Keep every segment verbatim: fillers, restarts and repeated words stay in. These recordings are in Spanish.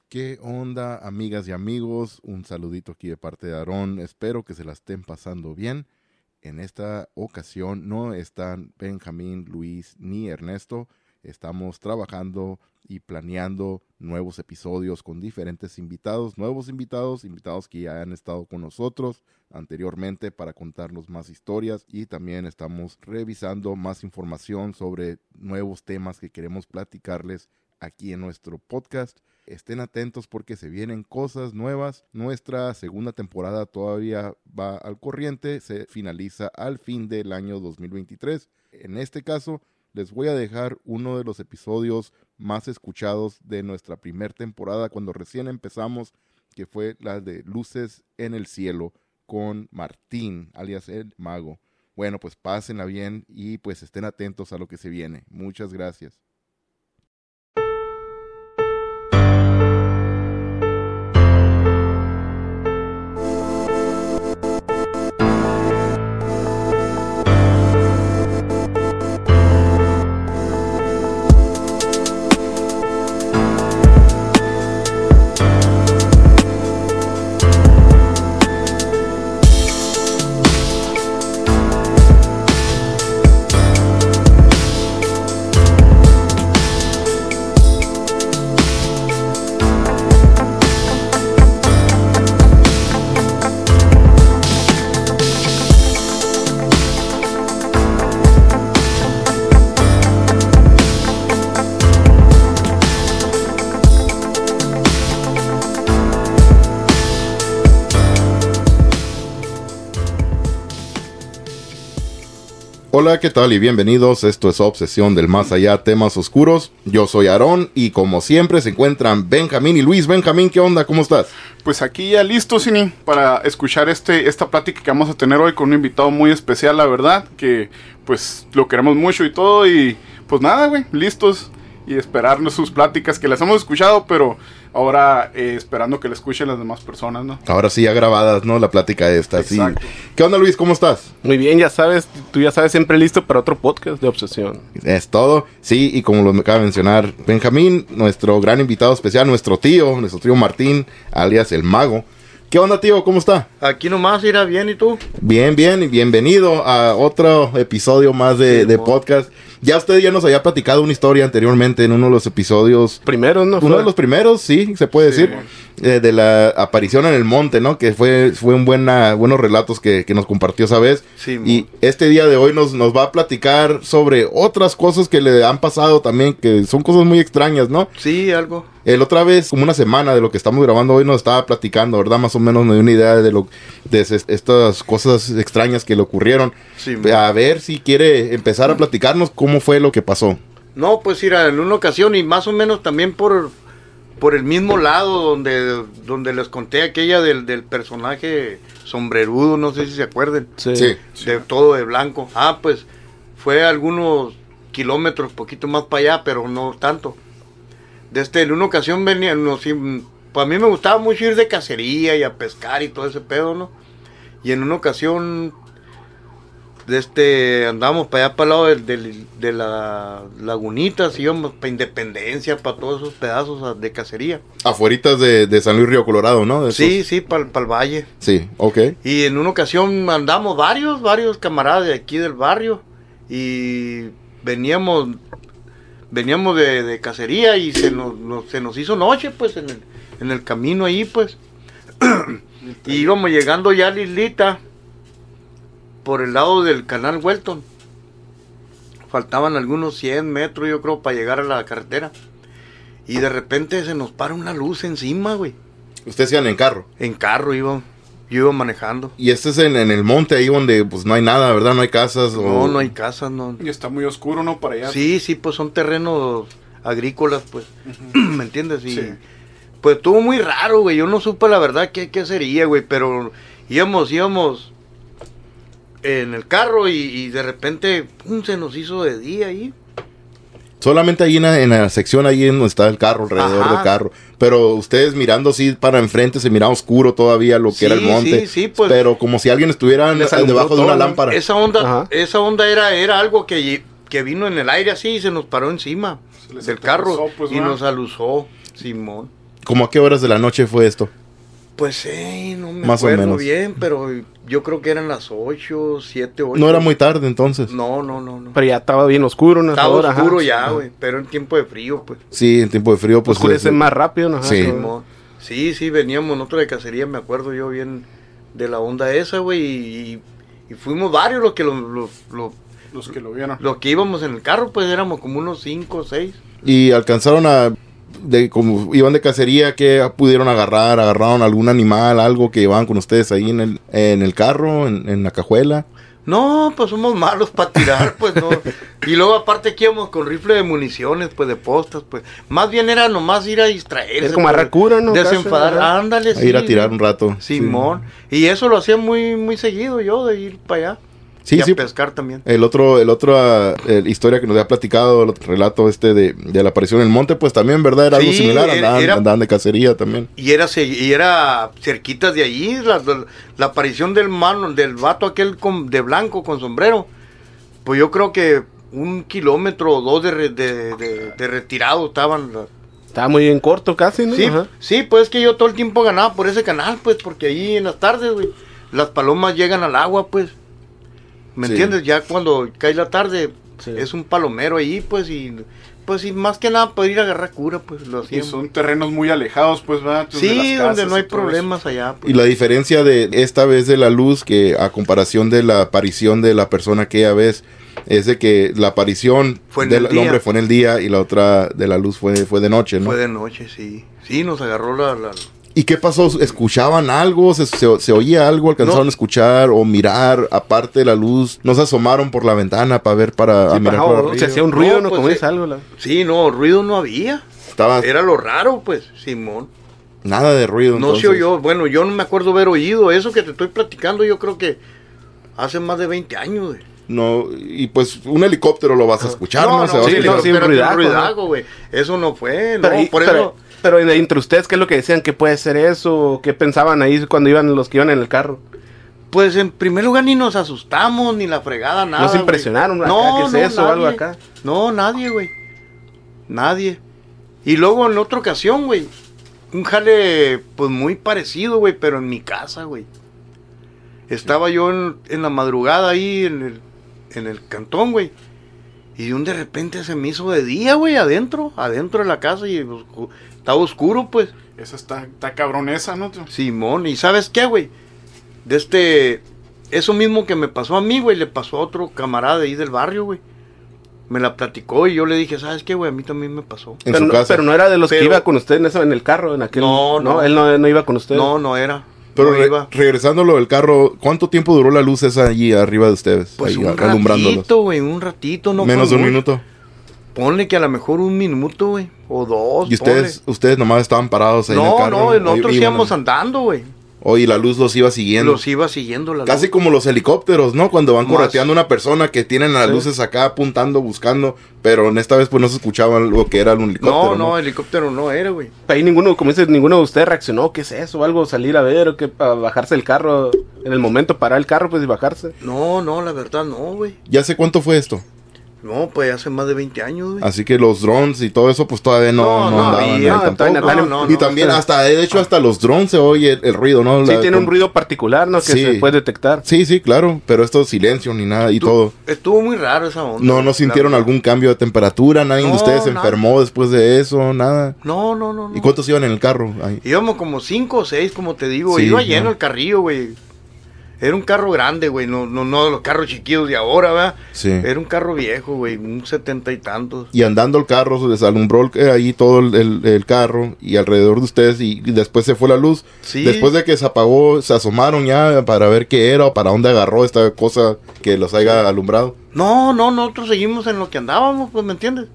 ¿Qué onda, amigas y amigos? Un saludito aquí de parte de Aarón. Espero que se la estén pasando bien. En esta ocasión no están Benjamín, Luis ni Ernesto. Estamos trabajando y planeando nuevos episodios con diferentes invitados, nuevos invitados, invitados que ya han estado con nosotros anteriormente para contarnos más historias, y también estamos revisando más información sobre nuevos temas que queremos platicarles aquí en nuestro podcast. Estén atentos porque se vienen cosas nuevas. Nuestra segunda temporada todavía va al corriente, se finaliza al fin del año dos mil veintitrés. En este caso, les voy a dejar uno de los episodios más escuchados de nuestra primera temporada cuando recién empezamos, que fue la de Luces en el Cielo con Martín, alias el Mago. Bueno, pues pásenla bien y pues estén atentos a lo que se viene. Muchas gracias. Hola, ¿qué tal? Y bienvenidos. Esto es Obsesión del Más Allá, temas oscuros. Yo soy Aarón y como siempre se encuentran Benjamín y Luis. Benjamín, ¿qué onda? ¿Cómo estás? Pues aquí ya listo, Cini, para escuchar este esta plática que vamos a tener hoy con un invitado muy especial, la verdad, que pues lo queremos mucho y todo, y pues nada, güey, listos y esperarnos sus pláticas que las hemos escuchado, pero ahora eh, esperando que la escuchen las demás personas, ¿no? Ahora sí, ya grabadas, ¿no? La plática esta, sí. ¿Qué onda, Luis? ¿Cómo estás? Muy bien, ya sabes, tú ya sabes, siempre listo para otro podcast de Obsesión. Es todo, sí, y como lo acaba de mencionar Benjamín, nuestro gran invitado especial, nuestro tío, nuestro tío Martín, alias el Mago. ¿Qué onda, tío? ¿Cómo está? Aquí nomás irá bien, ¿y tú? Bien, bien, y bienvenido a otro episodio más de, sí, de podcast. Ya usted ya nos había platicado una historia anteriormente en uno de los episodios primeros, ¿no? Uno fue? de los primeros, sí, se puede sí, decir, eh, de la aparición en el monte, ¿no? Que fue fue un buena buenos relatos que, que nos compartió esa vez. Sí, y mon. este día de hoy nos, nos va a platicar sobre otras cosas que le han pasado también, que son cosas muy extrañas, ¿no? Sí, algo. El otra vez, como una semana de lo que estamos grabando hoy, nos estaba platicando, ¿verdad? Más o menos me dio una idea de lo de estas cosas extrañas que le ocurrieron. Sí, a ver si quiere empezar a platicarnos cómo fue lo que pasó. No, pues mira, en una ocasión y más o menos también por, por el mismo lado donde, donde les conté aquella del, del personaje sombrerudo, no sé si se acuerden. Sí. De sí. Todo de blanco. Ah, pues fue algunos kilómetros, poquito más para allá, pero no tanto. Desde en una ocasión venía, no, sí, pues a mí me gustaba mucho ir de cacería y a pescar y todo ese pedo, ¿no? Y en una ocasión, de este, andábamos para allá para el lado de, de, de la lagunita, íbamos para Independencia, para todos esos pedazos de cacería. Afueritas de, de San Luis Río Colorado, ¿no? Sí, sí, para pa el valle. Sí, ok. Y en una ocasión andamos varios, varios camaradas de aquí del barrio y veníamos... Veníamos de, de cacería y se nos, nos, se nos hizo noche, pues, en el, en el camino ahí, pues. Y íbamos llegando ya a la islita, por el lado del canal Welton. Faltaban algunos cien metros, yo creo, para llegar a la carretera. Y de repente se nos para una luz encima, güey. ¿Ustedes iban en carro? En carro iba, yo iba manejando. Y este es en, en el monte, ahí donde pues no hay nada, ¿verdad? No hay casas. No, o... no hay casas, no. Y está muy oscuro, ¿no? Para allá. Sí, sí, pues son terrenos agrícolas, pues. Uh-huh. ¿Me entiendes? Y, sí. Pues estuvo muy raro, güey. Yo no supe la verdad qué, qué sería, güey. Pero íbamos, íbamos en el carro y, y de repente pum, se nos hizo de día ahí. Solamente ahí en la, en la sección ahí donde está el carro, alrededor Ajá. del carro. Pero ustedes mirando así para enfrente se miraba oscuro todavía lo que sí, era el monte. Sí, sí, pues. Pero como si alguien estuviera en, debajo de una lámpara. Esa onda, Ajá. esa onda era, era algo que, que vino en el aire así y se nos paró encima del carro. Aluzó, pues, y ¿no? nos aluzó, Simón. ¿Cómo a qué horas de la noche fue esto? Pues eh, no me Más o acuerdo menos. bien, pero yo creo que eran las ocho, siete, ocho. No era muy tarde entonces. No, no, no, no. Pero ya estaba bien oscuro, ¿no? Estaba Ahora, ajá. oscuro ya, güey, pero en tiempo de frío, pues. Sí, en tiempo de frío pues... Oscurece es- más rápido, ¿no? Ajá, Sí. que- Simón. Sí, sí, veníamos nosotros de cacería, me acuerdo yo bien de la onda esa, güey, y, y fuimos varios los que lo, lo- lo- Los que lo vieron. los que íbamos en el carro, pues éramos como unos cinco o seis. Y alcanzaron a... De, como iban de cacería, ¿qué pudieron agarrar? ¿Agarraron algún animal, algo que llevaban con ustedes ahí en el, en el carro, en, en la cajuela? No, pues somos malos para tirar, pues no. Y luego aparte que íbamos con rifle de municiones, pues de postas, pues. Más bien era nomás ir a distraerse. Es como pues, agarrar cura, ¿no? Desenfadar, Casi, ajá. ándale, A ir a tirar güey. un rato. Simón. Y eso lo hacía muy, muy seguido yo, de ir para allá. Sí, y a sí. pescar también. El otro, el otro ah, el historia que nos había platicado, el otro relato este de, de la aparición en el monte, pues también, ¿verdad? Era algo Sí, similar, era- andaban, era- andaban de cacería también. Y era, se- y era cerquitas de allí, la, la- la aparición del mano, del vato aquel con- de blanco con sombrero. Pues yo creo que un kilómetro o dos de, re- de, de- de retirado estaban. la- Estaba muy en corto casi, ¿no? Sí, Ajá. sí, pues que yo todo el tiempo ganaba por ese canal, pues, porque ahí en las tardes, güey, las palomas llegan al agua, pues. ¿Me Sí. entiendes? Ya cuando cae la tarde, Sí. es un palomero ahí, pues, y pues y más que nada para ir a agarrar cura, pues lo Y hacíamos. son terrenos muy alejados, pues, ¿verdad? Sí, De las donde casas no hay y todo eso. problemas allá. Pues. Y la diferencia de esta vez de la luz, que a comparación de la aparición de la persona aquella vez, es de que la aparición Fue en del el día. hombre fue en el día y la otra de la luz fue, fue de noche, ¿no? Fue de noche, sí. Sí, nos agarró la... la- ¿Y qué pasó? ¿Escuchaban algo? ¿Se, se, se oía algo? ¿Alcanzaron No. a escuchar o mirar aparte de la luz? ¿No se asomaron por la ventana para ver para a Sí, mirar ajá, por o arriba? se hacía un ruido, No, ¿no? pues, Como eh, dice algo. La... Sí, no, ruido no había. Estaba Era lo raro, pues, Simón. nada de ruido. No entonces. se oyó. Bueno, yo no me acuerdo haber oído eso que te estoy platicando. Yo creo que hace más de veinte años, güey. No, y pues un helicóptero lo vas a escuchar, ¿no? no, Se va a sí, sí, escuchar. no, sí, pero un ruidajo, un ruidajo, güey. Eso no fue, no, Pero, y- por pero, eso... pero entre ustedes, ¿qué es lo que decían? ¿Qué puede ser eso? ¿Qué pensaban ahí cuando iban los que iban en el carro? Pues en primer lugar ni nos asustamos, ni la fregada, nada. ¿No se güey. impresionaron? Acá, No, ¿qué es no, eso? O algo nadie. acá. No, nadie, güey. Nadie. Y luego en otra ocasión, güey. Un jale, pues muy parecido, güey, pero en mi casa, güey. Estaba yo en, en la madrugada ahí en el, en el cantón, güey. Y de un de repente se me hizo de día, güey, adentro, adentro de la casa y oscu- estaba oscuro, pues. Esa está, está cabronesa, ¿no? Simón, ¿y sabes qué, güey? De este, eso mismo que me pasó a mí, güey, le pasó a otro camarada ahí del barrio, güey. Me la platicó y yo le dije, ¿sabes qué, güey? A mí también me pasó. En Pero su no, casa. pero no era de los Pero- que iba con usted en, eso, en el carro, en aquel... No, no. Él no, no iba con usted. No, no era. Pero no re- iba. regresando a lo del carro, ¿cuánto tiempo duró la luz esa allí arriba de ustedes? Pues ahí, un alumbrándolos. ratito, güey, un ratito, no Menos de fue un mucho. minuto. Ponle que a lo mejor un minuto, güey, o dos. Y ustedes, ustedes nomás estaban parados ahí ponle. en el No, carro. no, o nosotros iban íbamos a- andando, güey. o y la luz los iba siguiendo. Los iba siguiendo la Casi luz. como los helicópteros, ¿no? Cuando van Más. correteando a una persona que tienen las Sí. luces acá apuntando, buscando, pero en esta vez pues no se escuchaba lo que era un helicóptero. No, no, helicóptero no era, güey. Ahí ninguno, como dices, ninguno de ustedes reaccionó. ¿Qué es eso? Algo salir a ver o que para bajarse el carro. En el momento parar el carro, pues y bajarse. No, no, la verdad no, güey. ¿Ya sé cuánto fue esto? No, pues hace más de veinte años, güey. Así que los drones y todo eso pues todavía no, No, no no andaban había, ahí no, tampoco. todavía no, no, y no, también no. hasta, de hecho hasta los drones se oye el, el ruido, ¿no? Sí, La- tiene un con- ruido particular, ¿no? Que Sí. se puede detectar. Sí, sí, claro, pero esto silencio ni nada y Estu- todo. Estuvo muy raro esa onda. No, no sintieron La- algún cambio de temperatura, nadie de No, ustedes se nada. enfermó después de eso, nada. No, no, no. no. ¿Y cuántos iban en el carro? Ahí. Íbamos como cinco o seis, como te digo. Sí, Iba lleno no. el carrillo, güey. Era un carro grande, güey. No, no, no de los carros chiquitos de ahora, ¿verdad? Sí. Era un carro viejo, güey. Un setenta y tantos. Y andando el carro, se les alumbró el- eh, ahí todo el, el- el carro y alrededor de ustedes y, y después se fue la luz. Sí. Después de que se apagó, se asomaron ya para ver qué era o para dónde agarró esta cosa que los haya alumbrado. No, no, nosotros seguimos en lo que andábamos, pues, ¿me entiendes?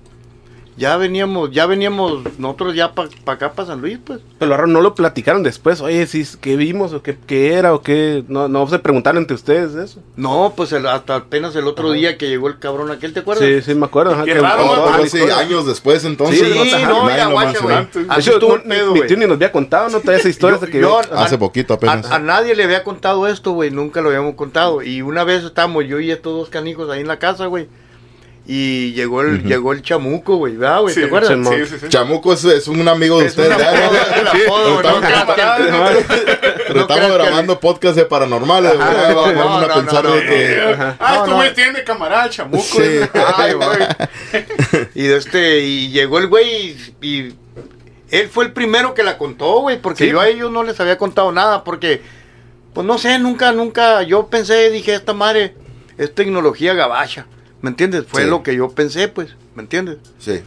Ya veníamos, ya veníamos nosotros ya para pa acá, para San Luis, pues. Pero lo raro, no lo platicaron después. Oye, sí, ¿qué vimos? ¿O qué, qué era? ¿O qué? No, no se preguntaron entre ustedes de eso. No, pues el- hasta apenas el otro día que llegó el cabrón aquel, ¿te acuerdas? Sí, sí, me acuerdo. ajá, Qué que- raro, con ¿no? toda Pero la hace historia. años después entonces. Sí, no, no, nadie ya lo guacha, mencionó. güey. De Así hecho, estuvo no, el pedo, mi güey. tío ni nos había contado, ¿no? Toda esa historia. Yo- hasta que yo- Hace poquito apenas. A, a nadie le había contado esto, güey, nunca lo habíamos contado. Y una vez estábamos yo y estos dos canijos ahí en la casa, güey. y llegó el, Ujú. llegó el chamuco, güey, ¿verdad, güey? Sí, ¿Te acuerdas? sí, Sí, sí, sí. Chamuco es, es un amigo de Es ustedes. un ¿verdad? apodo, es el apodo, Estamos- no creas que- Pero no estamos creas que- grabando podcast de paranormales, Ajá, ¿verdad? no, Vamos no, a no, pensar no, de no. que... Ajá. Ah, No, este no. güey tiene camarada, el chamuco. Sí. Ay, güey. Y de este, y llegó el güey y, y él fue el primero que la contó, güey, porque Sí. yo a ellos no les había contado nada, porque, pues no sé, nunca, nunca, yo pensé, dije, esta madre es tecnología gabacha, ¿me entiendes? Fue Sí. lo que yo pensé, pues, ¿me entiendes? Sí.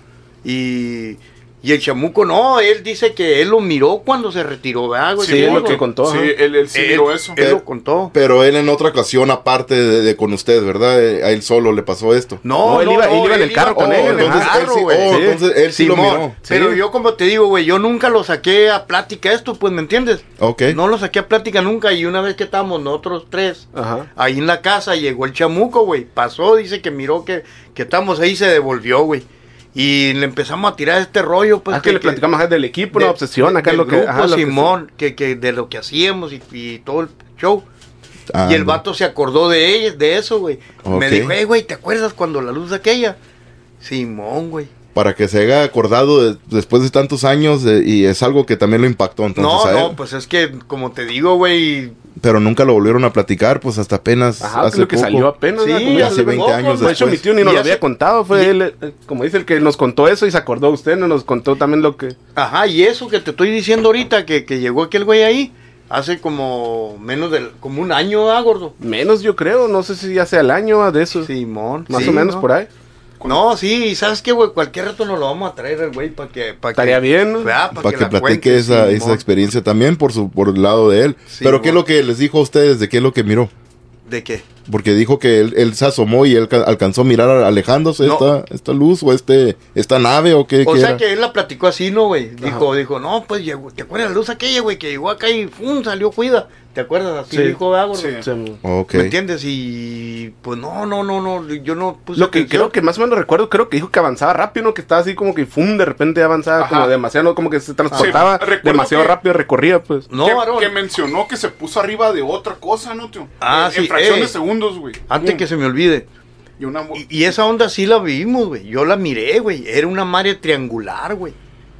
Y, y el chamuco no, él dice que él lo miró cuando se retiró, ¿verdad, güey? Sí, es lo Todo. que contó. Sí, ajá. él, él sí Él, miró eso. él lo contó. Pero él en otra ocasión, aparte de, de con usted, ¿verdad? Eh, A él solo le pasó esto. No, No, él iba- él iba en el carro con oh, él, en el entonces, carro, él sí, güey. oh, Sí. entonces él sí lo Simón, miró. Pero Sí. yo como te digo, güey, yo nunca lo saqué a plática esto, pues, ¿me entiendes? Ok. No lo saqué a plática nunca y una vez que estábamos nosotros tres Ajá. ahí en la casa llegó el chamuco, güey. Pasó, dice que miró que, que estamos ahí y se devolvió, güey. Y le empezamos a tirar este rollo, pues. Ah, que le platicamos acá del equipo, una obsesión, acá del lo que... grupo, ajá, lo que- Simón, que, que de lo que hacíamos y, y todo el show. Ah, y el no. vato se acordó de ella, de eso, güey. Me Ok. dijo, hey, güey, ¿te acuerdas cuando la luz aquella? Simón, güey. Para que se haya acordado de- después de tantos años de- y es algo que también lo impactó entonces No, a él. no, pues es que, como te digo, güey. Pero nunca lo volvieron a platicar, pues hasta apenas Ajá, hace creo que poco. salió apenas. Sí, ¿verdad? Como hace dice- hace veinte poco, años De hecho, mi después. tío ni nos Y lo hace- había contado. Fue y- él, eh, como dice, el que nos contó eso y se acordó usted, no nos contó también lo que... Ajá, y eso que te estoy diciendo ahorita, que, que llegó aquel güey ahí, hace como menos de, como un año, ¿ah, gordo? Menos yo creo, no sé si ya sea el año ah, de eso. Simón. Más sí, o menos ¿no? por ahí. No, sí, y ¿sabes qué, güey? Cualquier rato nos lo vamos a traer al güey para que... Pa Estaría que, bien, ¿no? ¿verdad? Pa' Para que la platique cuente, esa, Simón. esa experiencia también por su por el lado de él. Sí, Pero ¿qué es bueno. lo que les dijo a ustedes? ¿De qué es lo que miró? ¿De qué? Porque dijo que él, él se asomó y él ca- alcanzó a mirar alejándose No. esta, esta luz o este esta nave o qué, O qué sea era? que él la platicó así, ¿no, güey? Dijo, dijo, no, pues llegó, ¿te acuerdas la luz aquella, güey? Que llegó acá y ¡fum! Salió cuida. ¿Te acuerdas? Así Sí. dijo, ¿verdad, gordo? Sí. Sí. Ok. ¿Me entiendes? Y pues no, no, no, no, yo no puse Lo que atención. creo que más o menos recuerdo, creo que dijo que avanzaba rápido, ¿no? Que estaba así como que fum, de repente avanzaba Ajá. como demasiado, ¿no? Como que se transportaba Sí, recuerdo demasiado que- rápido, recorría, pues. No, que, varón. que mencionó que se puso arriba de otra cosa, ¿no, tío? Ah, en, sí, En fracción eh. de segundos, güey. Antes Mm. que se me olvide. Y una... Y, y esa onda sí la vimos, güey. Yo la miré, güey. Era una madre triangular, güey.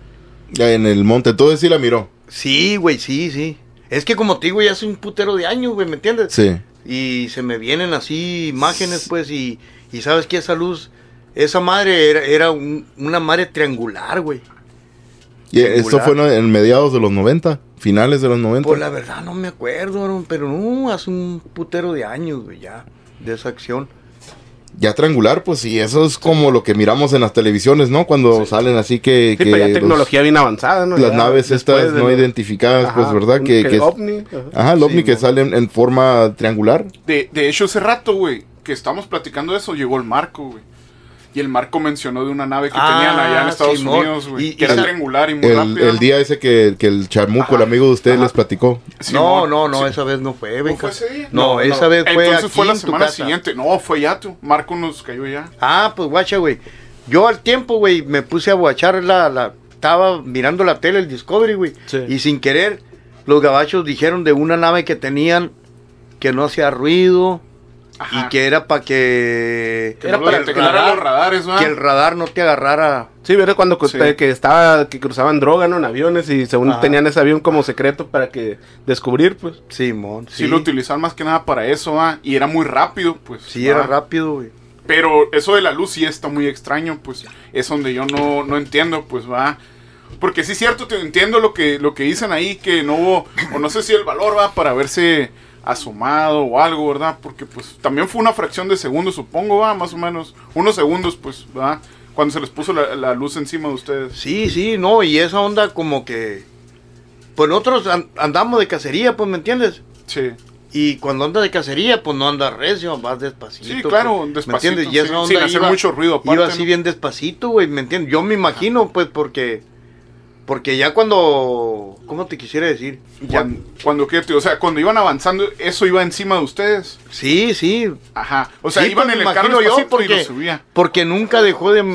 Ya en el monte, entonces sí la miró. Sí, güey, sí, sí. Es que como te digo, ya hace un putero de años, güey, ¿me entiendes? Sí. Y se me vienen así imágenes, pues, y, y sabes que esa luz, esa madre era, era un- una madre triangular, güey. Y esto fue en, en mediados de los noventa, finales de los noventa. Pues la verdad no me acuerdo, no, pero no, hace un putero de años, güey, ya, de esa acción. Ya triangular, pues sí, eso es como lo que miramos en las televisiones, ¿no? Cuando salen así que, Sí, que pero ya los- tecnología bien avanzada, ¿no? las Ya naves después estas de no lo- identificadas, Ajá, pues, ¿verdad? un- Que, que el es- ovni. ajá. Ajá, el ovni Sí, que mo. sale en, en forma triangular. De, de hecho, hace rato, güey, que estamos platicando de eso, llegó el Marco, güey. Y el Marco mencionó de una nave que Ah, tenían allá en Estados Simón. Unidos, güey. Y- Que y era sa- triangular y muy El, rápida. el día ese que, que el chamuco, Ajá, el amigo de ustedes, ajá. les platicó. No, Simón, no, no, sí. esa vez no fue, güey. ¿No fue ese día? No, No, esa no. vez fue Entonces aquí fue la en tu semana casa. siguiente. No, fue ya tú. Marco nos cayó ya. Ah, pues guacha, güey. Yo al tiempo, güey, me puse a guachar la, la... Estaba mirando la tele, el Discovery, güey. Sí. Y sin querer, los gabachos dijeron de una nave que tenían que no hacía ruido Ajá. y que era para que... Que Era no para lo detectaran los radares, ¿verdad? que el radar no te agarrara... Sí, ¿verdad? Cuando cu- Sí. que estaba, que cruzaban droga, ¿no? En aviones y según Ajá. tenían ese avión como secreto para que descubrir, pues. Simón, Sí, lo utilizaban más que nada para eso, ¿va? Y era muy rápido, pues. Sí, ¿va? era rápido, güey. Pero eso de la luz sí está muy extraño, pues. Es donde yo no, no entiendo, pues, va. Porque sí es cierto, te entiendo lo que, lo que dicen ahí, que no hubo, o no sé si el valor va para haberse asomado o algo, ¿verdad? Porque pues también fue una fracción de segundos, supongo, va, más o menos. Unos segundos, pues, va. Cuando se les puso la, la luz encima de ustedes. Sí, sí, no, y esa onda como que... Pues nosotros an- andamos de cacería, pues, ¿me entiendes? Sí. Y cuando anda de cacería, pues no anda recio, vas despacito. Sí, claro, pues, despacito, ¿me entiendes? Y esa sí, onda sin hacer iba, mucho ruido aparte, iba así ¿no? bien despacito, güey, ¿me entiendes? Yo me imagino, pues, porque... Porque ya cuando... ¿Cómo te quisiera decir? Ya, Cuando, cuando ¿qué, tío? O sea, cuando iban avanzando, eso iba encima de ustedes. sí, sí. Ajá. O sea, Sí, iban pues, en me el carro imagino yo, despacito y porque- lo subía. Porque nunca dejó de...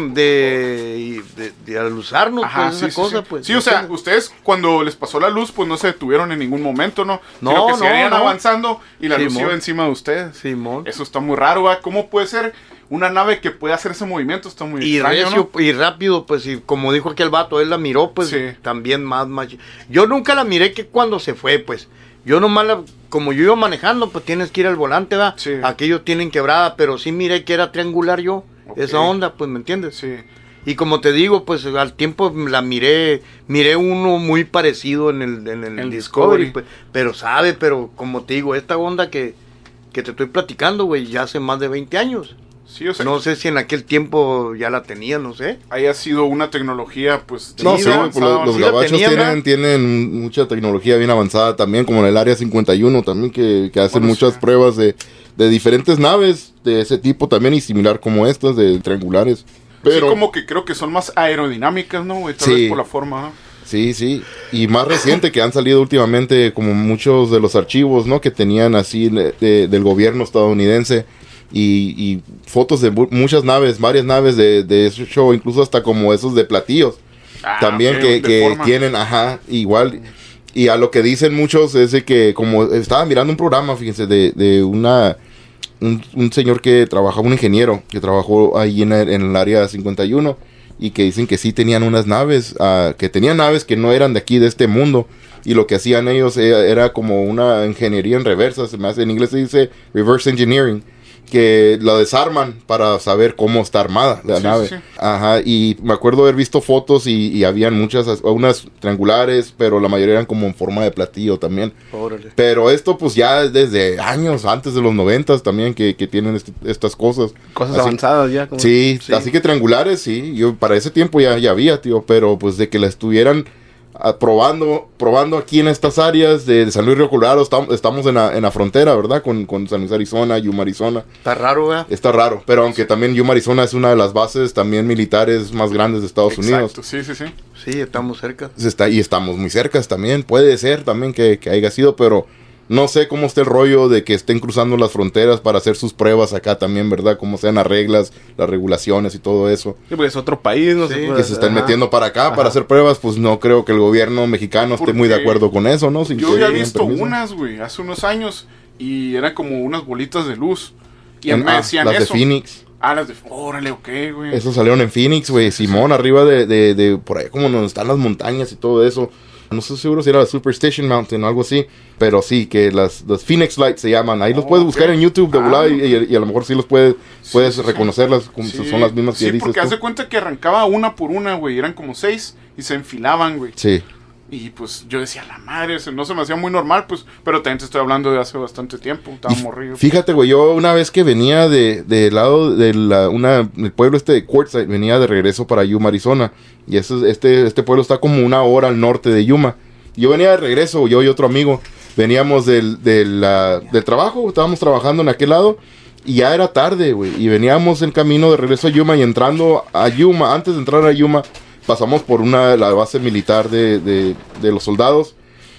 De, de, de alusarnos, Ajá, pues, sí, esa sí, cosa, sí. pues. Sí, ¿me o sea, entiendes? ustedes cuando les pasó la luz, pues no se detuvieron en ningún momento, ¿no? No, Sino que no, seguían no. avanzando y la luz Simón. iba encima de ustedes. Simón. Eso está muy raro, ¿va? ¿Cómo puede ser una nave que puede hacer ese movimiento está muy y extraño, recio, ¿no? y rápido, pues, y como dijo aquel vato, él la miró, pues, Sí. también más, más. Yo nunca la miré que cuando se fue, pues. Yo nomás, la, como yo iba manejando, pues tienes que ir al volante, va. Sí. Aquellos tienen quebrada, pero sí miré que era triangular yo, Ok. esa onda, pues, ¿me entiendes? Sí. Y como te digo, pues al tiempo la miré, miré uno muy parecido en el, en el El Discovery, Discovery. pues, pero sabe, pero como te digo, esta onda que, que te estoy platicando, güey, ya hace más de veinte años. Sí, o sea, No sé si en aquel tiempo ya la tenía, no sé. haya sido una tecnología, pues, No, sí, sí, avanzada, pues, los, los sí la gabachos tenían, tienen, ¿verdad? tienen mucha tecnología bien avanzada también, como en el Área cincuenta y uno también, que, que hacen Bueno, muchas sí. pruebas de, de diferentes naves de ese tipo también y similar como estas, de triangulares. Pero, Sí, como que creo que son más aerodinámicas, ¿no, güey? Tal Sí. vez por la forma, ¿no? sí, sí. Y más reciente que han salido últimamente como muchos de los archivos, ¿no? Que tenían así de- de- del gobierno estadounidense y, y fotos de mu- muchas naves, varias naves de, de ese show, incluso hasta como esos de platillos. Ah, también ok, que, de que forma. tienen, ajá, igual. Y a lo que dicen muchos es de que como estaba mirando un programa, fíjense, de, de una un, un señor que trabajaba, un ingeniero que trabajó ahí en el, en el área cincuenta y uno y que dicen que sí tenían unas naves, ah, que tenían naves que no eran de aquí, de este mundo. Y lo que hacían ellos era, era como una ingeniería en reversa, se me hace, en inglés se dice reverse engineering, que la desarman para saber cómo está armada la Sí, nave. sí, sí. Ajá, y me acuerdo haber visto fotos y, y habían muchas, unas triangulares, pero la mayoría eran como en forma de platillo también. Órale. Pero esto pues ya es desde años, antes de los noventas también, que, que tienen este- estas cosas. Cosas Así- avanzadas ya. Como... Sí, Sí. así que triangulares, sí, yo para ese tiempo ya, ya había, tío, pero pues de que la estuvieran ah, probando, probando aquí en estas áreas de, de San Luis Río Colorado, estamos, estamos en la, en la frontera, ¿verdad? Con, con San Luis, Arizona, Yuma, Arizona. Está raro, ¿verdad? Está raro, pero aunque también Yuma, Arizona es una de las bases también militares más grandes de Estados Unidos. Exacto, sí, sí, sí. Sí, estamos cerca. Se está, y estamos muy cerca también, puede ser también que, que haya sido, pero no sé cómo está el rollo de que estén cruzando las fronteras para hacer sus pruebas acá también, ¿verdad? Cómo sean las reglas, las regulaciones y todo eso. Sí, porque es otro país, no Sí, se que puede Que se están hacer. metiendo para acá Ajá. para hacer pruebas, pues no creo que el gobierno mexicano esté muy de Porque acuerdo con eso, ¿no? Sin Yo que había den visto permiso. unas, güey, hace unos años y eran como unas bolitas de luz. Y En- me ah, decían las eso. de Phoenix. Ah, las de... Órale, ok, güey. Esos salieron en Phoenix, güey. Simón, arriba de, de, de por ahí como donde están las montañas y todo eso. No estoy seguro si era la Superstition Mountain o algo así. Pero sí, que las, las Phoenix Lights se llaman. Ahí los Oh, puedes ok. buscar en YouTube de Ah, volada y, ok. y- y a lo mejor sí los puedes, puedes Sí, sí, reconocerlas como Sí. si son las mismas que Sí, dices porque tú. haz de cuenta que arrancaba una por una, güey. Eran como seis y se enfilaban, güey. Sí. Y pues yo decía, la madre, se- no se me hacía muy normal, pues. Pero también te estoy hablando de hace bastante tiempo. Estaba Y morrido. Fíjate, güey, yo una vez que venía de, del lado de la, una, el pueblo este de Quartzsite, venía de regreso para Yuma, Arizona. Y ese, este, este pueblo está como una hora al norte de Yuma. Yo venía de regreso, yo y otro amigo, veníamos del, del, ah, del trabajo, estábamos trabajando en aquel lado. Y ya era tarde, güey. Y veníamos en camino de regreso a Yuma y entrando a Yuma, antes de entrar a Yuma, pasamos por una la base militar de, de, de los soldados.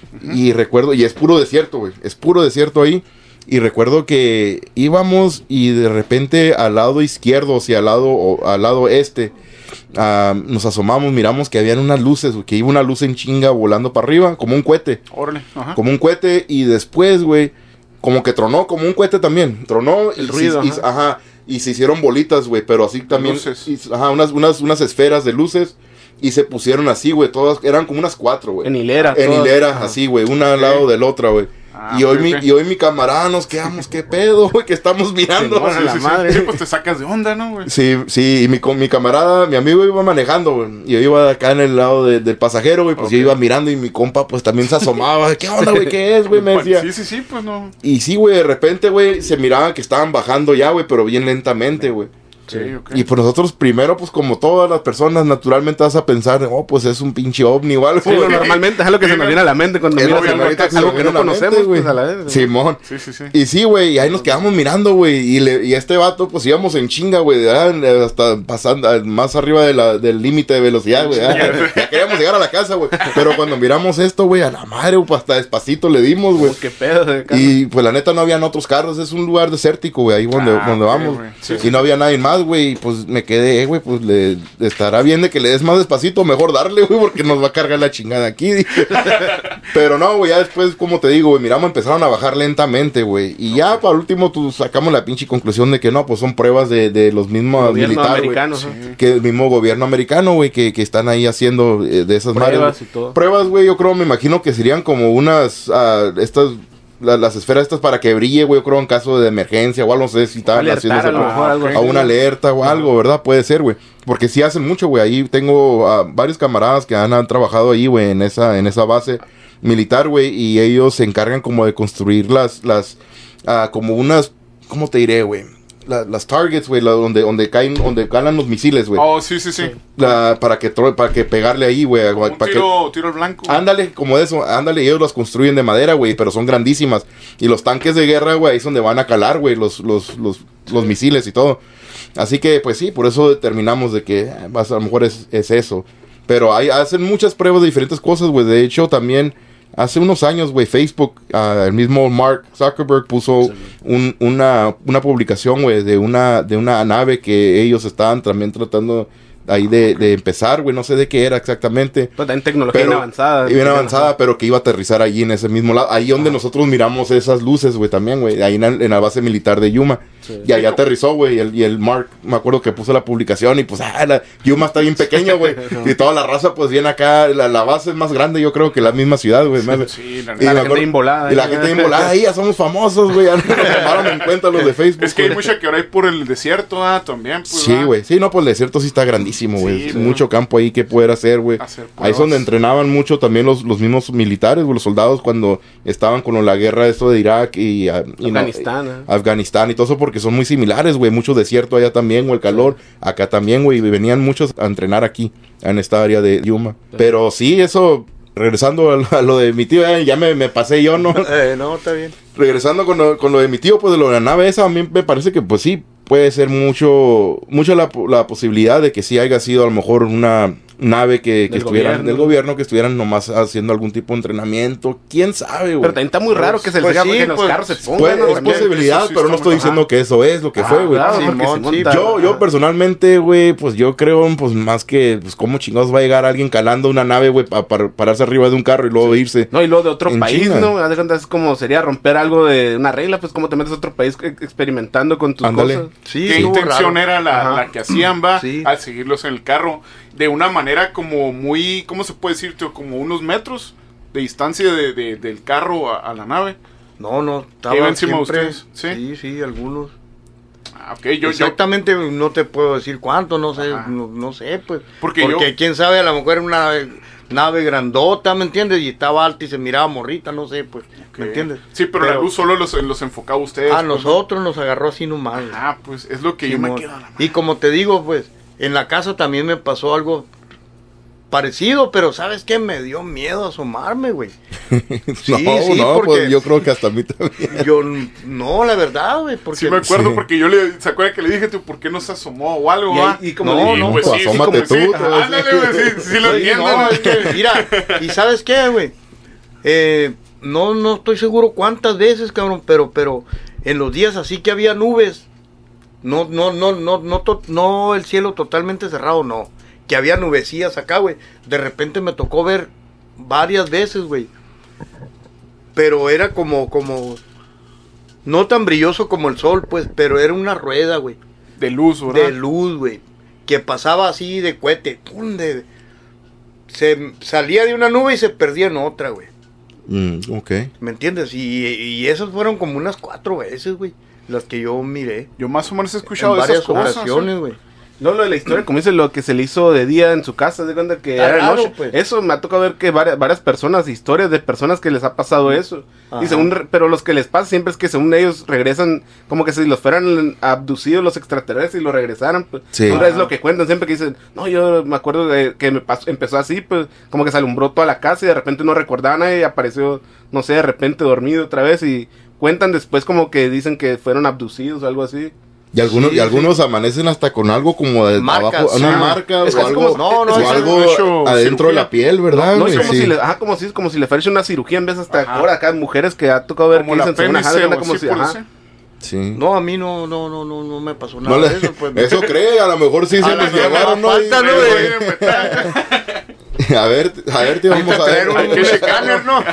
Y recuerdo, y es puro desierto, güey. Es puro desierto ahí. Y recuerdo que íbamos y de repente al lado izquierdo, o sea, al lado, o, al lado este, ah, nos asomamos, miramos que habían unas luces, güey, que iba una luz en chinga volando para arriba, como un cohete. Órale, ajá. Como un cohete y después, güey, como que tronó, como un cohete también. Tronó El y, ruido, se, y- ajá. ajá, y se hicieron bolitas, güey, pero así también. Luces. y- ajá, unas, unas, unas esferas de luces y se pusieron así, güey, todas, eran como unas cuatro, güey. En hilera. En todas. hilera, Ajá. así, güey, una al Ok. lado de la otra, güey. Ah, y, hoy ok, mi, ok. y hoy mi camarada nos quedamos, qué pedo, güey, que estamos mirando. Simón, a la Sí, sí, madre. sí, pues te sacas de onda, ¿no, güey? Sí, sí, y mi, con mi camarada, mi amigo iba manejando, güey, y yo iba acá en el lado de- del pasajero, güey, pues Ok. yo iba mirando y mi compa, pues también se asomaba, ¿qué onda, güey, qué es, güey? Me Pues, decía. Sí, sí, sí, pues no. Y sí, güey, de repente, güey, se miraba que estaban bajando ya, güey, pero bien lentamente, güey. Sí, ok. Y pues nosotros primero, pues como todas las personas, naturalmente vas a pensar, oh, pues es un pinche ovni o algo, Sí, güey. normalmente es lo que se nos viene a la mente cuando Es lo miras que algo, ahorita acá, se algo me que viene no a la mente, conocemos, güey. pues a la vez. Simón. Sí, sí, sí. Y sí, güey, y ahí nos quedamos mirando, güey, y, le- y este vato, pues íbamos en chinga, güey, ¿verdad? Hasta pasando ah, más arriba de la, del límite de velocidad, güey. ¿verdad? Ya queríamos llegar a la casa, güey. Pero cuando miramos esto, güey, a la madre, güey, hasta despacito le dimos, güey. Como que pedo de acá. Y pues la neta no habían otros carros, es un lugar desértico, güey, ahí donde, Ah, donde ok, vamos. güey. Sí, y no había nadie más, más, güey, y pues me quedé, güey, pues le estará bien de que le des más despacito, mejor darle, güey, porque nos va a cargar la chingada aquí. Pero no, güey, ya después, como te digo, güey, miramos, empezaron a bajar lentamente, güey. Y ya, para último, tú sacamos la pinche conclusión de que no, pues son pruebas de, de los mismos Gobierno militares, americano, güey. sí. Que el mismo gobierno americano, güey, que, que están ahí haciendo eh, de esas Pruebas madres. y todo. Pruebas, güey, yo creo, me imagino que serían como unas, uh, estas... La, las esferas estas para que brille, güey, yo creo en caso de emergencia o algo, no sé si estaban Alertar haciendo a lo mejor algo a así. una alerta o algo, ¿verdad? Puede ser, güey. Porque sí hacen mucho, güey. Ahí tengo uh, varios camaradas que han, han trabajado ahí, güey, en esa, en esa base militar, güey, y ellos se encargan como de construir las, las, uh, como unas, ¿cómo te diré, güey? La, las targets, güey, la, donde, donde caen, donde calan los misiles, güey. Oh, sí, sí, sí. La, para que tro- para que pegarle ahí, güey. Un Para que tiro, tiro al blanco. ándale, como eso, ándale, ellos las construyen de madera, güey, pero son grandísimas. Y los tanques de guerra, güey, ahí es donde van a calar, güey, los, los, los, los misiles y todo. Así que, pues sí, por eso determinamos de que eh, a lo mejor es, es eso. Pero hay, hacen muchas pruebas de diferentes cosas, güey. De hecho, también hace unos años, güey, Facebook, uh, el mismo Mark Zuckerberg puso sí, un, una, una publicación, güey, de una, de una nave que ellos estaban también tratando ahí de, de empezar, güey, no sé de qué era exactamente. Pues en tecnología bien avanzada. Bien avanzada, pero que iba a aterrizar allí en ese mismo lado. Ahí donde ah. nosotros miramos esas luces, güey, también, güey. Ahí en, en la base militar de Yuma. Sí. Y ahí aterrizó, güey. Y el, y el Mark, me acuerdo que puso la publicación y pues, ah, la Yuma está bien pequeña, güey. no. Y toda la raza, pues, viene acá. La, la base es más grande, yo creo, que la misma ciudad, güey. Sí, sí, la, y la, la gente involada. Y la gente involada. Ahí ya somos famosos, güey. Ya nos tomaron en cuenta los de Facebook. Es que hay mucha que ahora hay por el desierto, ah, también. Pues, sí, güey. Sí, no, pues el desierto sí está grandísimo, güey. Sí, mucho campo ahí que poder hacer, güey. Ahí es donde entrenaban mucho también los, los mismos militares, güey, los soldados cuando estaban con la guerra esto de Irak y, y Afganistán, no, eh. Afganistán y todo eso, porque son muy similares, güey, mucho desierto allá también, güey, el calor, sí. Acá también, güey, y venían muchos a entrenar aquí, en esta área de Yuma. Sí. Pero sí, eso, regresando a, a lo de mi tío, eh, ya me, me pasé yo, ¿no? Eh, no, está bien. Regresando con lo, con lo de mi tío, pues de lo de la nave esa, a mí me parece que, pues sí, puede ser mucho, mucho la, la posibilidad de que sí haya sido a lo mejor una nave que, que estuvieran gobierno. del gobierno, que estuvieran nomás haciendo algún tipo de entrenamiento, quién sabe, güey. Pero también está muy raro que se pues les diga sí, que los pues, carros se pongan. Pues, ¿no? es posibilidad, sí pero no estoy diciendo ajá. que eso es lo que ah, fue, güey. Claro, sí, Simón, sí, yo, yo personalmente, güey, pues yo creo, pues más que, pues cómo chingados va a llegar alguien calando una nave, güey, para pa, pararse arriba de un carro y luego sí. irse. No, y luego de otro país, China. ¿no? Es como sería romper algo de una regla, pues como te metes a otro país experimentando con tus Andale. cosas. Sí, ¿qué intención raro. era la, la que hacían, va, sí. al seguirlos en el carro? De una manera como muy, ¿cómo se puede decir, tío? Como unos metros de distancia de, de, del carro a, a la nave. No, no, estaba encima siempre, de ustedes. ¿Sí? sí, sí, algunos. Ah, okay. yo, Exactamente, yo... no te puedo decir cuánto, no sé, no, no sé, pues. Porque, porque yo... quién sabe, a lo mejor era una nave grandota, ¿me entiendes? Y estaba alta y se miraba morrita, no sé, pues, okay. ¿me entiendes? Sí, pero, pero la luz solo los, los enfocaba a ustedes. A pues, nosotros ¿no? nos agarró así nomás. Ah, pues, es lo que sí, yo me quedo. Y como te digo, pues, en la casa también me pasó algo parecido, pero ¿sabes qué? Me dio miedo asomarme, güey. Sí, no, sí, no, porque pues yo creo que hasta a mí también. Yo, no, la verdad, güey, porque... Sí me acuerdo sí. porque yo le, ¿se acuerda que le dije, tú, ¿por qué no se asomó o algo, va? Y, y como no, no, pues, pues sí, asómate sí, tú. Sí, ándale, güey, sí, sí lo entiendo. No, es que, mira, ¿y sabes qué, güey? Eh, no, no estoy seguro cuántas veces, cabrón, pero, pero en los días así que había nubes, no, no, no, no, no, to, no el cielo totalmente cerrado, no. Que había nubecillas acá, güey. De repente me tocó ver varias veces, güey. Pero era como, como... No tan brilloso como el sol, pues, pero era una rueda, güey. De luz, ¿verdad? De luz, güey. Que pasaba así de cohete. ¡Pum! De, se salía de una nube y se perdía en otra, güey. Mm, ok. ¿Me entiendes? Y, y esas fueron como unas cuatro veces, güey. Las que yo miré. Yo más o menos he escuchado en de esas varias ocasiones, güey. No, lo de la historia, como dice lo que se le hizo de día en su casa, de cuenta que era raro, noche. Pues. Eso me ha tocado ver que varias, varias personas, historias de personas que les ha pasado eso. Ajá. Y según, pero los que les pasa siempre es que según ellos regresan, como que si los fueran abducidos los extraterrestres y los regresaran. Pues, sí. Es lo que cuentan siempre que dicen, no, yo me acuerdo de que me pasó, empezó así, pues como que se alumbró toda la casa y de repente no recordaba nada y apareció, no sé, de repente dormido otra vez y cuentan después como que dicen que fueron abducidos o algo así. Y algunos, sí, y algunos sí. amanecen hasta con algo como de marcas, abajo, una sí. marca es o algo, como, no, no, o algo adentro de la piel, ¿verdad? No, no es como, sí. si le, ajá, como, si, como si le fuera hecho una cirugía en vez hasta ajá. ahora acá mujeres que ha tocado ver como que dicen la una jala, como si, ajá. Sí. No, a mí no, no, no, no, no me pasó nada No le- de eso. Pues, eso cree, a lo mejor sí A se la nos que me llevaron, ¿no? falta, ¿no? A ver, a ver, tío, Hay vamos que a ver. traer un- hay que checarle, ¿no?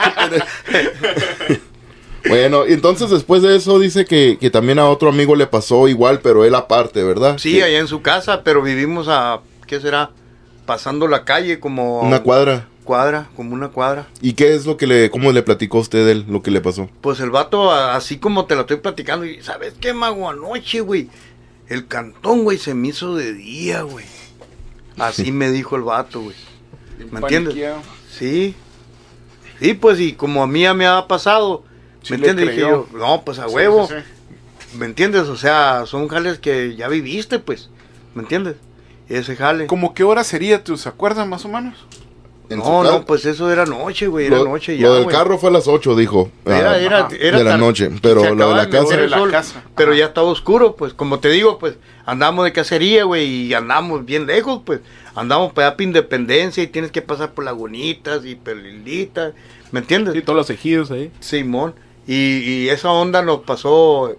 Bueno, y entonces después de eso dice que, que también a otro amigo le pasó igual, pero él aparte, ¿verdad? sí, Que- allá en su casa, pero vivimos a, ¿qué será? Pasando la calle como... a Una cuadra. Cuadra, como una cuadra. ¿Y qué es lo que le, cómo le platicó a usted él, lo que le pasó? Pues el vato, a- así como te lo estoy platicando, y ¿sabes qué, mago? Anoche, güey, el cantón, güey, se me hizo de día, güey. Así me dijo el vato, güey. ¿Me entiendes? Paniqueado. Sí. Sí, pues, y como a mí ya me ha pasado, Sí ¿me le entiendes? Dije creyó. yo, no, pues a Sí, huevo. sí, sí. ¿Me entiendes? O sea, son jales que ya viviste, pues. ¿Me entiendes? Ese jale. ¿Cómo qué hora sería, tú se acuerdan más o menos? En su No, casa. no, pues eso era noche, güey, era lo, noche ya, lo del güey. carro fue a las ocho, dijo. Era, Ah, era, ajá, era de la tar- noche, pero se lo de acababa la el mejor casa- el De la sol, casa, pero ajá. ya estaba oscuro, pues, como te digo, pues, andamos de cacería, güey, y andamos bien lejos, pues, andamos para allá para Independencia y tienes que pasar por Lagunitas y Perlilitas, ¿me entiendes? Y todos los ejidos ahí. Simón, y, y esa onda nos pasó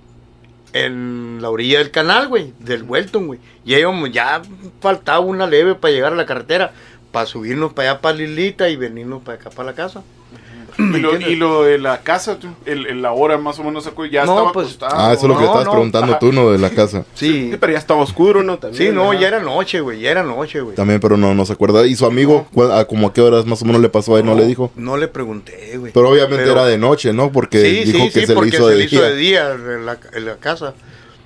en la orilla del canal, güey, del Welton, güey, y íbamos, ya faltaba una leve para llegar a la carretera, para subirnos para allá para Lilita y venirnos para acá para la casa. Y ¿Me lo, entiendes? y lo de la casa, tú, el, el- la hora más o menos, ¿acu- ya No, estaba pues, acostado. Ah, eso es lo que No, estabas no, preguntando ajá. tú, ¿no? De la casa. Sí, Sí, pero ya estaba oscuro, ¿no? También, sí, no, ajá. ya era noche, güey, ya era noche, güey. También, pero no, no se acuerda. ¿Y su amigo, cu- a como a qué horas más o menos le pasó a él, no, le dijo? No le pregunté, güey. Pero obviamente Pero- era de noche, ¿no? Porque Sí, dijo sí, que sí, se le porque hizo se de le hizo día. de día en la, en la casa.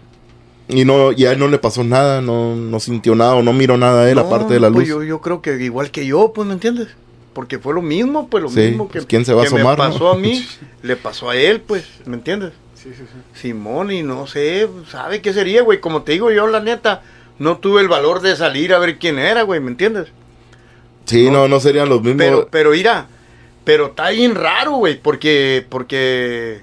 Y no, y a él no le pasó nada, no, no sintió nada o no miró nada a él, No, aparte de la luz. pues yo, yo creo que igual que yo, pues, ¿me entiendes? Porque fue lo mismo, pues, lo Sí, mismo que, pues, ¿quién se va a que me asomar, no? pasó a mí, le pasó a él, pues, ¿me entiendes? Sí, sí, sí. Simón, y no sé, ¿sabe qué sería, güey? Como te digo yo, la neta, no tuve el valor de salir a ver quién era, güey, ¿me entiendes? Sí, no, no serían los mismos. Pero, pero mira, pero está bien raro, güey, porque, porque,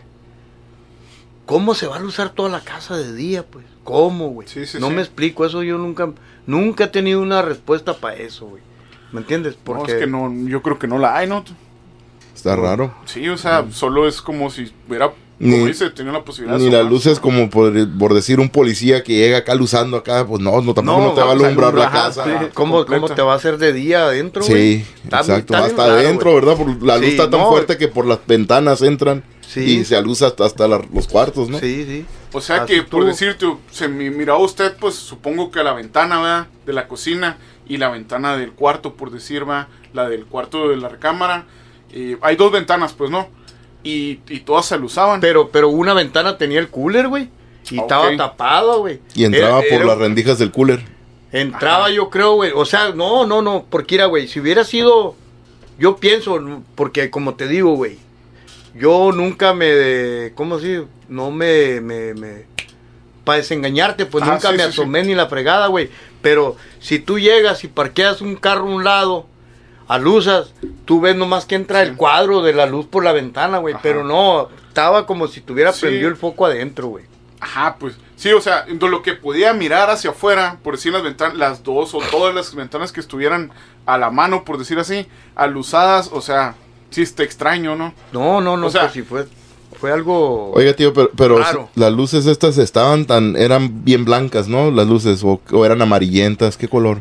¿cómo se va a usar toda la casa de día, pues? ¿Cómo, güey? Sí, sí, no sí. me explico, eso yo nunca, nunca he tenido una respuesta para eso, güey. ¿Me entiendes? Porque, No, es que no, yo creo que no la hay, ¿no? Está raro. Sí, o sea, solo es como si hubiera, Ni- como dice, tenía la posibilidad Ni de las asomarse. luces como por, por decir un policía que llega acá luzando acá, pues no, no tampoco No, no, te va a vamos a alumbrar la alumbrar, casa. sí. ¿cómo, completa. ¿cómo te va a hacer de día adentro, güey? Sí, Está- exacto, está bien hasta raro, adentro, güey. ¿verdad? Por la luz Sí, está tan no, fuerte que por las ventanas entran Sí. y se aluza hasta, hasta la- los cuartos, ¿no? Sí, sí. O sea Así que, por estuvo. decirte, se mi- miraba usted, pues supongo que la ventana, ¿verdad? De la cocina y la ventana del cuarto, por decir, va, la del cuarto de la recámara. Eh, hay dos ventanas, pues, ¿no? Y, y todas se aluzaban. Pero, pero una ventana tenía el cooler, güey. Y Ok. estaba tapado, güey. Y entraba Era- por era- las rendijas del cooler. Entraba Ajá. yo creo, güey. O sea, no, no, no. Porque era, güey, si hubiera sido... Yo pienso, porque como te digo, güey. Yo nunca me... ¿Cómo así? No me... me, me para desengañarte, pues Ah, nunca sí, me sí, asomé ni la fregada, güey. Pero si tú llegas y parqueas un carro a un lado, aluzas, tú ves nomás que entra Sí. el cuadro de la luz por la ventana, güey. Ajá. Pero no, estaba como si tuviera Sí. prendido el foco adentro, güey. Ajá, pues, sí, o sea, de lo que podía mirar hacia afuera, por decir las ventanas, las dos o todas las ventanas que estuvieran a la mano, por decir así, aluzadas, o sea, sí está extraño, ¿no? No, no, no, O sea- pues si fue, fue algo... Oiga, tío, pero, pero Raro. las luces estas estaban tan, eran bien blancas, ¿no? Las luces, o, o eran amarillentas, ¿qué color?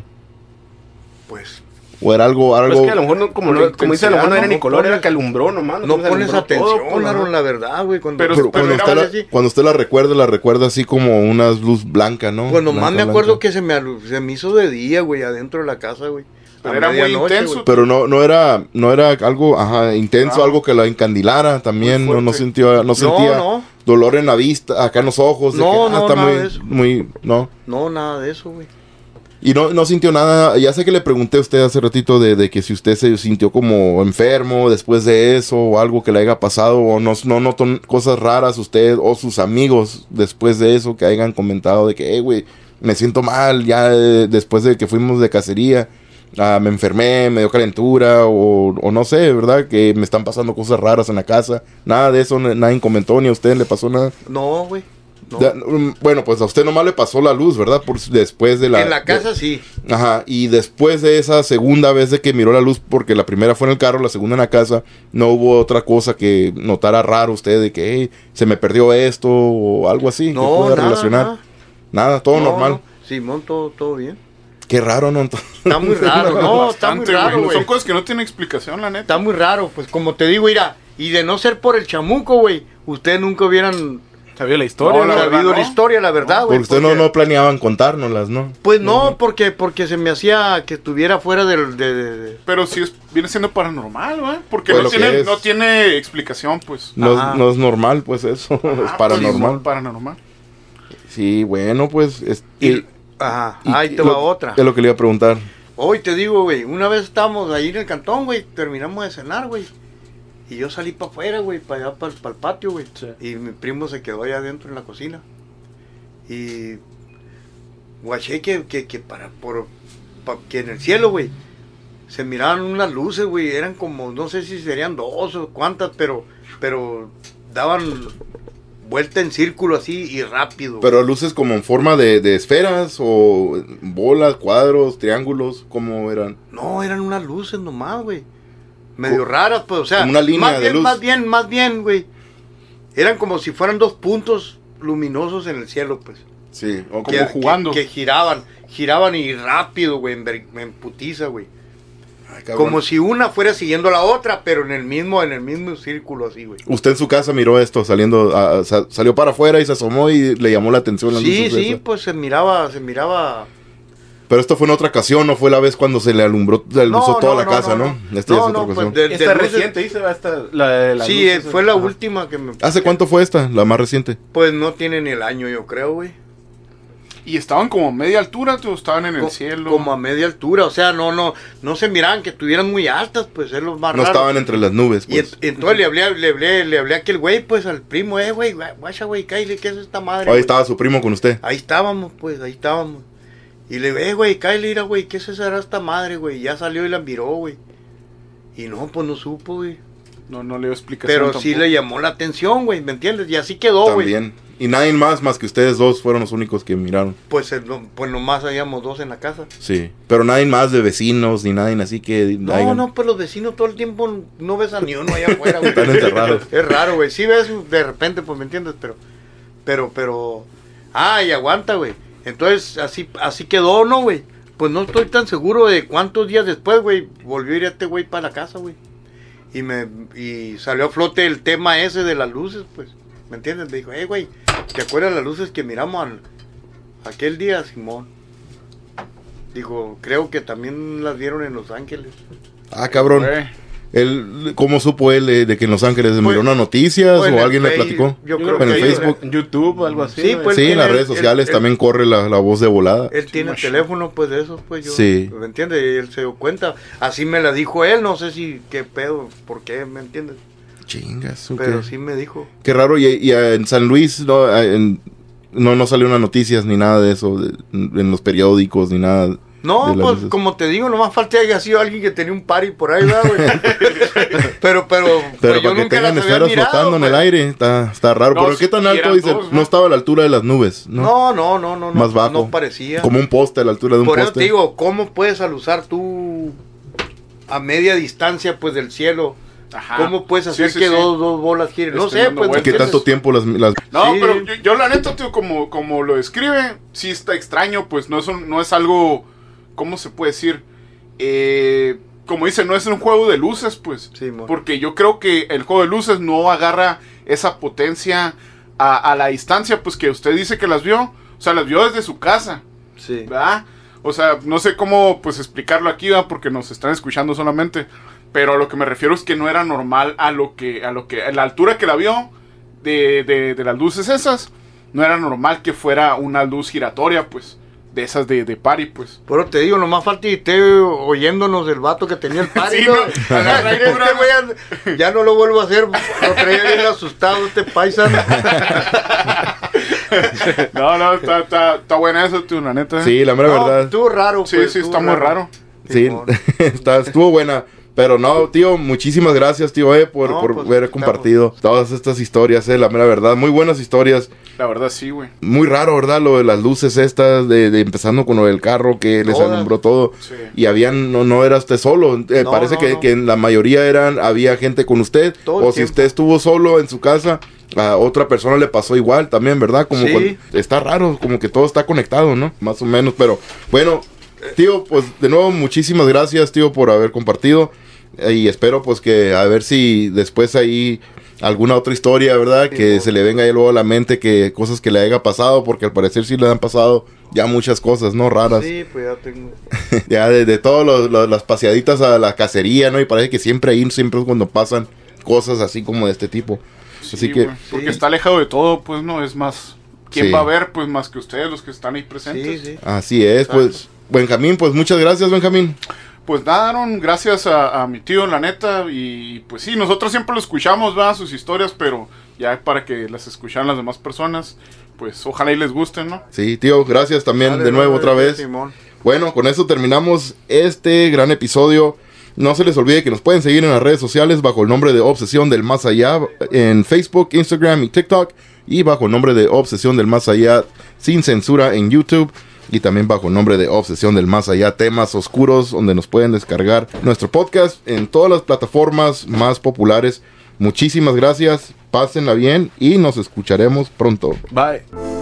Pues O era algo, Pero algo... es que a lo mejor, no, como, por no- como dice, a lo mejor no era ni no color, pones- era que alumbró nomás. no se pones alumbró atención, todo, pues, Aaron, ajá. la verdad, güey. Cuando, Pero- Pero pero cuando, era usted la, así, cuando usted la recuerda, la recuerda así como una luz blanca, ¿no? pues nomás Blanca, me acuerdo blanca. que se me, alu- se me hizo de día, güey, adentro de la casa, güey. Pero A era muy medianoche, intenso. güey. Pero no, no era, no era algo, ajá, intenso, Ah. algo que la encandilara también, Muy no, no fuerte. sintió, no sentía no. dolor en la vista, acá en los ojos, de No, que, ah, no, está nada muy, de eso. muy, no. No, nada de eso, güey. Y no, no sintió nada, ya sé que le pregunté a usted hace ratito de, de que si usted se sintió como enfermo después de eso, o algo que le haya pasado, o no, no notó cosas raras usted o sus amigos después de eso que hayan comentado de que, eh, güey, me siento mal ya eh, después de que fuimos de cacería, ah, me enfermé, me dio calentura, o, o no sé, ¿verdad? Que me están pasando cosas raras en la casa. Nada de eso, n- nadie comentó, ni a usted le pasó nada. No, güey. no. Ya, um, bueno, pues a usted nomás le pasó la luz, ¿verdad? Por, después de la... En la casa de, sí. Ajá, y después de esa segunda vez de que miró la luz, porque la primera fue en el carro, la segunda en la casa, no hubo otra cosa que notara raro usted de que hey, se me perdió esto o algo así. No, que pueda nada, relacionar. Nada, nada todo no, normal. No. Simón, todo, todo bien. Qué raro, ¿no? Está muy raro, no, está muy raro, güey. Son cosas que no tienen explicación, la neta. Está muy raro, pues como te digo, mira, y de no ser por el chamuco, güey, ustedes nunca hubieran ¿Sabió la historia? no, la sabido verdad, la no. historia, la verdad, Porque güey. usted no, no planeaban contárnoslas, ¿no? Pues no, porque porque se me hacía que estuviera fuera del... De, de, de- Pero sí es, viene siendo paranormal, ¿va? Porque Pues no, lo que tiene, es. no tiene explicación, pues. No, Ajá. es- no es normal, pues eso, Ah, es pues, paranormal. sí, paranormal. Sí, bueno, pues... Es, y- y- Ajá, y- ahí te lo- va otra. Es lo que le iba a preguntar. Hoy te digo, güey, una vez estábamos ahí en el cantón, güey, terminamos de cenar, güey. Y yo salí para afuera, güey, para allá, para el patio, güey. Sí. Y mi primo se quedó allá adentro en la cocina. Y guaché que, que, que para, por, pa- que en el cielo, güey, se miraban unas luces, güey, eran como, no sé si serían dos o cuántas, pero, pero daban vuelta en círculo así y rápido. güey. Pero luces como en forma de, de esferas o bolas, cuadros, triángulos, ¿cómo eran? No, eran unas luces nomás, güey. Medio raras, pues, o sea, como una línea más de bien, luz. más bien, más bien, güey. Eran como si fueran dos puntos luminosos en el cielo, pues. Sí, o Como jugando. Que, que giraban, giraban y rápido, güey, en, ver- en putiza, güey. Ay, cabrón. Como si una fuera siguiendo a la otra, pero en el mismo, en el mismo círculo, así, güey. Usted en su casa miró esto saliendo, a- a- sa- salió para afuera y se asomó y le llamó la atención las Sí, luces sí, esas. pues se miraba, se miraba. Pero esto fue en otra ocasión, no fue la vez cuando se le alumbró, se alumbró No, toda no, la no, casa, no, ¿no? no. Esta No, es otra no, pues, ocasión. de- Esta luces- reciente hice esta la de las Sí, luces, eh, fue la ajá. última que me. ¿Hace cuánto fue esta, la más reciente? Pues no tiene ni el año, yo creo, güey. Y estaban como a media altura, o estaban en el Co- cielo. Como a media altura, o sea, no, no, no se miraban que estuvieran muy altas, pues es lo más No raro. estaban entre las nubes, Y pues. ent- entonces le hablé, le hablé, le hablé a aquel güey, pues al primo, eh, güey, gua- guacha, güey, Kyle, ¿qué es esta madre? Ahí güey? estaba su primo con usted. Ahí estábamos, pues, ahí estábamos. Y le ve, güey, Kyle, mira, güey, ¿qué es esa esta madre, güey? Ya salió y la miró, güey. Y no, pues no supo, güey. No, no le dio explicación. Pero sí tampoco. le llamó la atención, güey, ¿me entiendes? Y así quedó, güey. También. Y nadie más, más que ustedes dos, fueron los únicos que miraron. Pues, eh, no- pues nomás habíamos dos en la casa. Sí. Pero nadie más de vecinos, ni nadie así que... No, hayan- no, pues los vecinos todo el tiempo no ves a ni uno allá afuera, güey. Están encerrados. Es raro, güey. Sí ves de repente, pues, ¿me entiendes? Pero, pero, pero... Ah, y aguanta, güey. Entonces, así, así quedó, ¿no, güey? Pues no estoy tan seguro de cuántos días después, güey, volvió a ir este güey para la casa, güey. Y me y salió a flote el tema ese de las luces, pues. ¿Me entiendes? Me dijo, hey, güey, ¿te acuerdas las luces que miramos al- aquel día, Simón? Dijo, creo que también las vieron en Los Ángeles. Ah, cabrón. Güey. Él, ¿cómo supo él eh, de que en Los Ángeles Pues- miró unas noticias pues en o el alguien le Face- platicó? yo Yo creo en que el ahí- Facebook. En YouTube o algo así. Sí, ¿no? pues, Sí, en él- las él- redes sociales él- también corre la, la voz de volada. Él tiene el machine. teléfono, pues, de eso, pues, yo... Sí. ¿Me entiendes? Y él se dio cuenta. Así me la dijo él, no sé si, qué pedo, por qué, ¿me entiendes? Chingas, ¿o Pero qué? sí me dijo. Qué raro. Y, y eh, en San Luis no, eh, en- no, no salió unas noticias ni nada de eso de- en los periódicos ni nada. No, de las pues, luces. como te digo, nomás falta que haya sido alguien que tenía un party por ahí, ¿verdad, güey? pero, pero, Pero pues, yo para que nunca tengan las había esferas mirado, flotando en pues. el aire, está, está raro. No, Pero sí, ¿qué tan y alto eran dice? dos, No ¿no? estaba a la altura de las nubes, ¿no? No, no, no, no. Más no, bajo. No parecía. Como un poste a la altura de un Por eso poste. te digo, ¿cómo puedes alusar tú a media distancia, pues, del cielo? Ajá. ¿Cómo puedes Sí, hacer sí, que sí. Dos, dos bolas giren? No Estén sé, dando pues. ¿me vueltas. ¿Qué tanto entiendes? tiempo las... las... No, Sí. pero yo, yo la neta, tío, como, como lo describe, sí está extraño, pues no es, un- no es algo, ¿cómo se puede decir? Eh, como dice, no es un juego de luces, pues. Sí, mo. Porque yo creo que el juego de luces no agarra esa potencia a, a la distancia, pues que usted dice que las vio. O sea, las vio desde su casa, Sí. ¿verdad? O sea, no sé cómo, pues, explicarlo aquí, ¿verdad? Porque nos están escuchando solamente. Pero a lo que me refiero es que no era normal a lo que, a lo que, a la altura que la vio de, de, de las luces esas, no era normal que fuera una luz giratoria, pues, de esas de, de party, pues. Pero te digo, nomás falta y esté oyéndonos del vato que tenía el party. Sí, ¿no? no, agarra ahí Este pura- güey anda- ya no lo vuelvo a hacer. Lo traía bien asustado este paisano. No, no, está, está, está buena eso, tú, la neta. Sí, la mera No, verdad. estuvo raro. sí, pues, sí, estuvo está muy raro. Sí, Simón. está, estuvo buena. Pero no, tío, muchísimas gracias, tío, eh, por, No, por pues, haber estamos. compartido todas estas historias, eh, la mera verdad. Muy buenas historias. La verdad sí, güey. Muy raro, ¿verdad? Lo de las luces estas, de, de empezando con lo del carro que les Todas. alumbró todo. Sí. Y habían, no, no era usted solo. Eh, No, parece no, que, no. que en la mayoría eran, había gente con usted. Todo el O si tiempo. usted estuvo solo en su casa, a otra persona le pasó igual también, ¿verdad? Como Sí. cuando- está raro, como que todo está conectado, ¿no? Más o menos, pero bueno, tío, pues de nuevo muchísimas gracias, tío, por haber compartido. Eh, Y espero pues que a ver si después ahí alguna otra historia, ¿verdad? Sí, que bueno. se le venga ahí luego a la mente, que cosas que le haya pasado, porque al parecer sí le han pasado ya muchas cosas, ¿no? Raras. Sí, pues ya tengo. Ya de, de todas las paseaditas a la cacería, ¿no? Y parece que siempre ahí, siempre es cuando pasan cosas así como de este tipo. Sí, Así que, güey, porque Sí. está alejado de todo, pues no es más. ¿Quién Sí. va a ver? Pues más que ustedes, los que están ahí presentes. Sí, sí. así es, Exacto. pues. Benjamín, pues muchas gracias, Benjamín. Pues nada, Aaron, gracias a, a mi tío, la neta. Y pues sí, nosotros siempre lo escuchamos, ¿verdad? Sus historias, pero ya para que las escucharan las demás personas, pues ojalá y les gusten, ¿no? Sí, tío, gracias también Dale, de nuevo dale, otra dale, vez. Simón. Bueno, con eso terminamos este gran episodio. No se les olvide que nos pueden seguir en las redes sociales bajo el nombre de Obsesión del Más Allá, en Facebook, Instagram y TikTok, y bajo el nombre de Obsesión del Más Allá sin censura en YouTube, y también bajo el nombre de Obsesión del Más Allá, temas oscuros, donde nos pueden descargar nuestro podcast en todas las plataformas más populares. Muchísimas gracias, pásenla bien y nos escucharemos pronto. Bye.